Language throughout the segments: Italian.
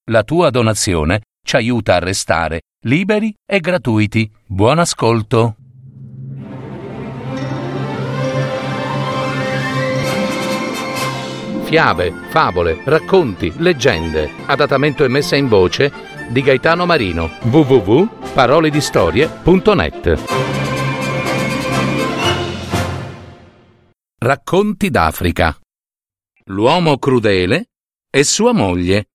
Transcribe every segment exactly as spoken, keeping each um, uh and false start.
La tua donazione ci aiuta a restare liberi e gratuiti. Buon ascolto! Fiabe, favole, racconti, leggende. Adattamento e messa in voce di Gaetano Marino. w w w punto parole di storie punto net. Racconti d'Africa. L'uomo crudele e sua moglie.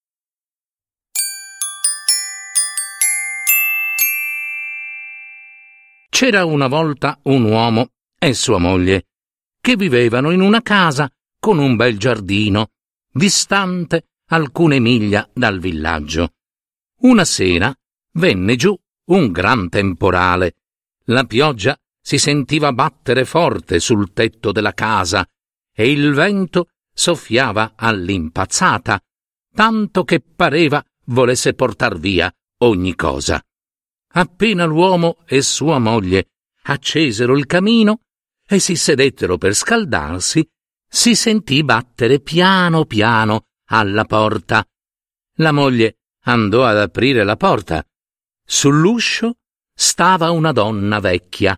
C'era una volta un uomo e sua moglie che vivevano in una casa con un bel giardino, distante alcune miglia dal villaggio. Una sera venne giù un gran temporale. La pioggia si sentiva battere forte sul tetto della casa e il vento soffiava all'impazzata, tanto che pareva volesse portar via ogni cosa. Appena l'uomo e sua moglie accesero il camino e si sedettero per scaldarsi, si sentì battere piano piano alla porta. La moglie andò ad aprire la porta. Sull'uscio stava una donna vecchia,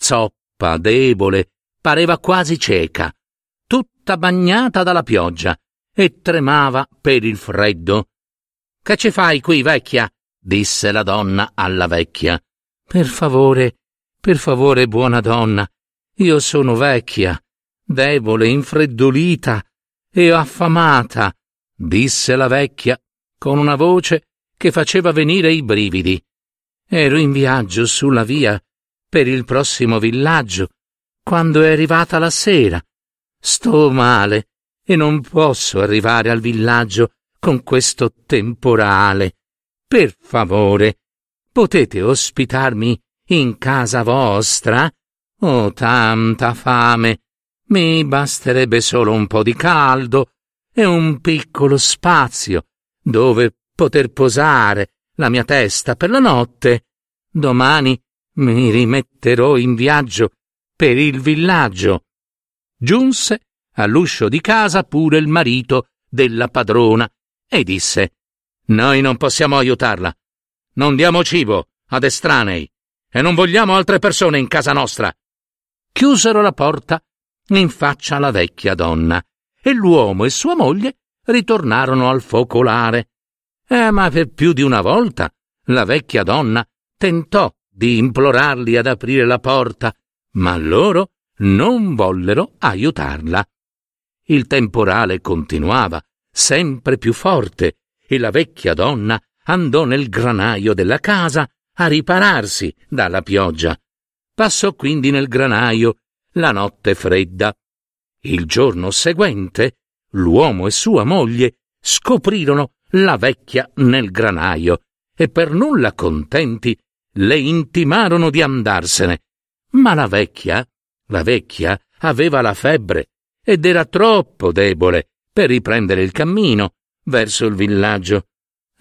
zoppa, debole, pareva quasi cieca, tutta bagnata dalla pioggia e tremava per il freddo. «Che ci fai qui, vecchia?» disse la donna alla vecchia. «Per favore, per favore, buona donna, io sono vecchia, debole, infreddolita e affamata», disse la vecchia con una voce che faceva venire i brividi. «Ero in viaggio sulla via per il prossimo villaggio quando è arrivata la sera. Sto male e non posso arrivare al villaggio con questo temporale. Per favore, potete ospitarmi in casa vostra? Ho tanta fame. Mi basterebbe solo un po' di caldo e un piccolo spazio dove poter posare la mia testa per la notte. Domani mi rimetterò in viaggio per il villaggio». Giunse all'uscio di casa pure il marito della padrona e disse: «Noi non possiamo aiutarla. Non diamo cibo ad estranei e non vogliamo altre persone in casa nostra». Chiusero la porta in faccia alla vecchia donna e l'uomo e sua moglie ritornarono al focolare. Eh, ma per più di una volta la vecchia donna tentò di implorarli ad aprire la porta, ma loro non vollero aiutarla. Il temporale continuava sempre più forte e la vecchia donna andò nel granaio della casa a ripararsi dalla pioggia. Passò quindi nel granaio la notte fredda. Il giorno seguente l'uomo e sua moglie scoprirono la vecchia nel granaio e per nulla contenti le intimarono di andarsene. Ma la vecchia, la vecchia aveva la febbre ed era troppo debole per riprendere il cammino verso il villaggio.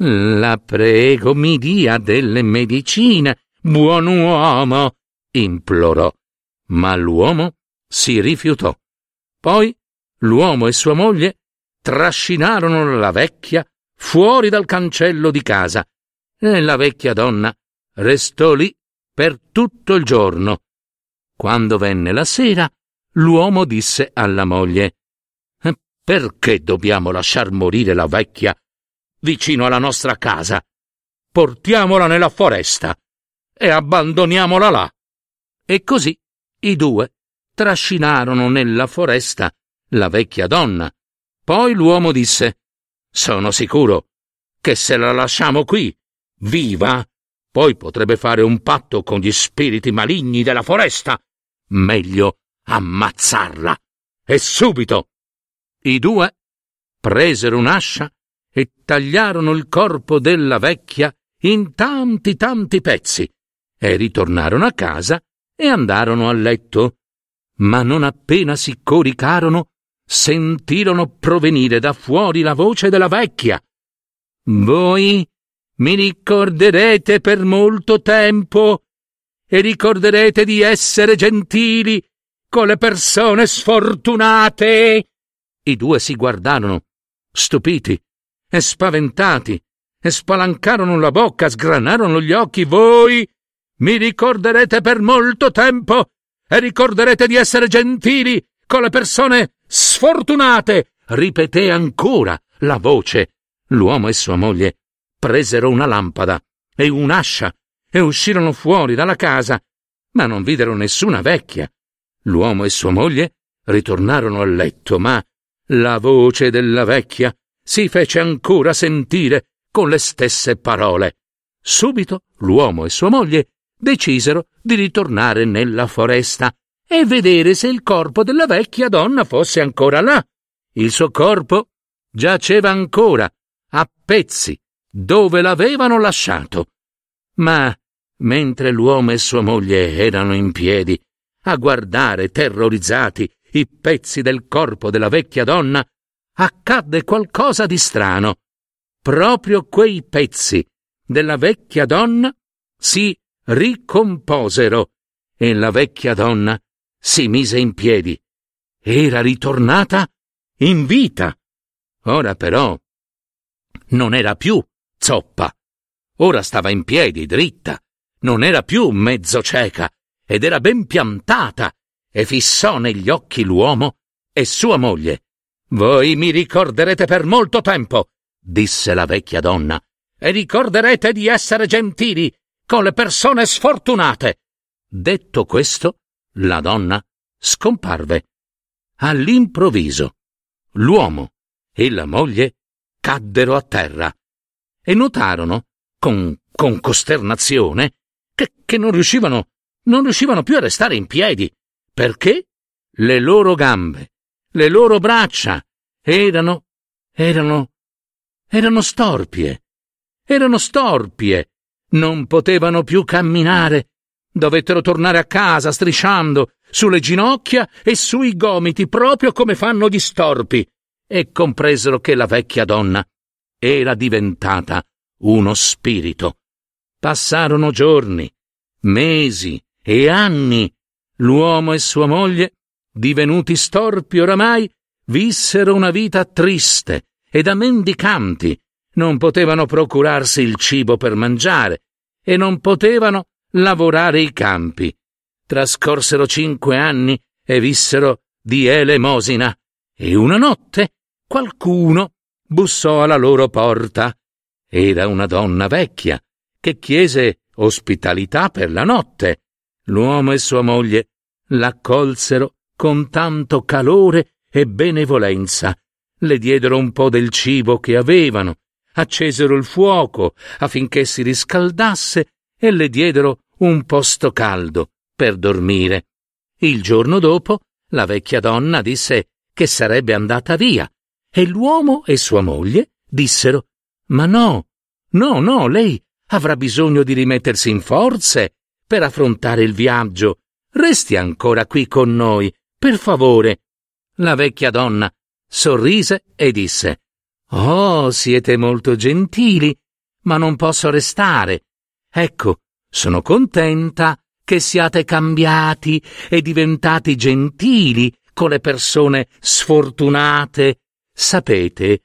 «La prego, mi dia delle medicine, buon uomo», implorò. Ma l'uomo si rifiutò. Poi l'uomo e sua moglie trascinarono la vecchia fuori dal cancello di casa e la vecchia donna restò lì per tutto il giorno. Quando venne la sera, l'uomo disse alla moglie: «Perché dobbiamo lasciar morire la vecchia vicino alla nostra casa? Portiamola nella foresta e abbandoniamola là». E così i due trascinarono nella foresta la vecchia donna. Poi l'uomo disse: «Sono sicuro che se la lasciamo qui, viva, poi potrebbe fare un patto con gli spiriti maligni della foresta. Meglio ammazzarla, e subito». I due presero un'ascia e tagliarono il corpo della vecchia in tanti tanti pezzi e ritornarono a casa e andarono a letto. Ma non appena si coricarono, sentirono provenire da fuori la voce della vecchia: «Voi mi ricorderete per molto tempo e ricorderete di essere gentili con le persone sfortunate». I due si guardarono, stupiti e spaventati, e spalancarono la bocca, sgranarono gli occhi. Voi mi ricorderete per molto tempo e ricorderete di essere gentili con le persone sfortunate, ripeté ancora la voce. L'uomo e sua moglie presero una lampada e un'ascia e uscirono fuori dalla casa, ma non videro nessuna vecchia. L'uomo e sua moglie ritornarono a letto, ma la voce della vecchia si fece ancora sentire con le stesse parole. Subito l'uomo e sua moglie decisero di ritornare nella foresta e vedere se il corpo della vecchia donna fosse ancora là. Il suo corpo giaceva ancora a pezzi dove l'avevano lasciato. Ma mentre l'uomo e sua moglie erano in piedi a guardare terrorizzati i pezzi del corpo della vecchia donna, accadde qualcosa di strano. Proprio quei pezzi della vecchia donna si ricomposero e la vecchia donna si mise in piedi. Era ritornata in vita. Ora però non era più zoppa. Ora stava in piedi, dritta. Non era più mezzo cieca ed era ben piantata e fissò negli occhi l'uomo e sua moglie. Voi mi ricorderete per molto tempo, disse la vecchia donna, e ricorderete di essere gentili con le persone sfortunate. Detto questo, la donna scomparve. All'improvviso, l'uomo e la moglie caddero a terra e notarono, con, con costernazione, che, che non riuscivano, non riuscivano più a restare in piedi, perché le loro gambe, le loro braccia erano, erano, erano storpie, erano storpie, non potevano più camminare, dovettero tornare a casa strisciando sulle ginocchia e sui gomiti, proprio come fanno gli storpi, e compresero che la vecchia donna era diventata uno spirito. Passarono giorni, mesi e anni. L'uomo e sua moglie, divenuti storpi oramai, vissero una vita triste e da mendicanti. Non potevano procurarsi il cibo per mangiare e non potevano lavorare i campi. Trascorsero cinque anni e vissero di elemosina, e una notte qualcuno bussò alla loro porta. Era una donna vecchia che chiese ospitalità per la notte. L'uomo e sua moglie l'accolsero con tanto calore e benevolenza. Le diedero un po' del cibo che avevano, accesero il fuoco affinché si riscaldasse e le diedero un posto caldo per dormire. Il giorno dopo la vecchia donna disse che sarebbe andata via e l'uomo e sua moglie dissero: «Ma no, no, no, lei avrà bisogno di rimettersi in forze per affrontare il viaggio. Resti ancora qui con noi, per favore». La vecchia donna sorrise e disse: «Oh, siete molto gentili, ma non posso restare. Ecco, sono contenta che siate cambiati e diventati gentili con le persone sfortunate. Sapete,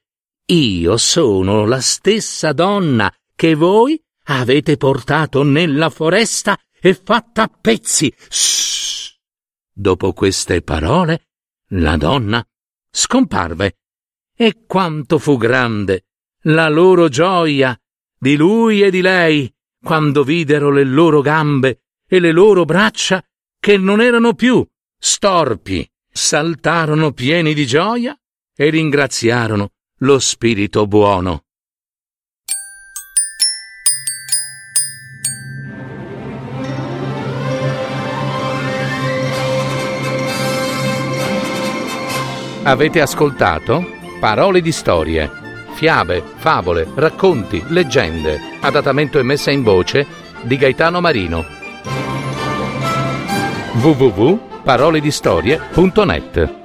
io sono la stessa donna che voi avete portato nella foresta e fatta a pezzi». Shhh. Dopo queste parole, la donna scomparve. E quanto fu grande la loro gioia, di lui e di lei, quando videro le loro gambe e le loro braccia che non erano più storpi. Saltarono pieni di gioia e ringraziarono lo spirito buono. Avete ascoltato Parole di storie, fiabe, favole, racconti, leggende, adattamento e messa in voce di Gaetano Marino. w w w punto parole di storie punto net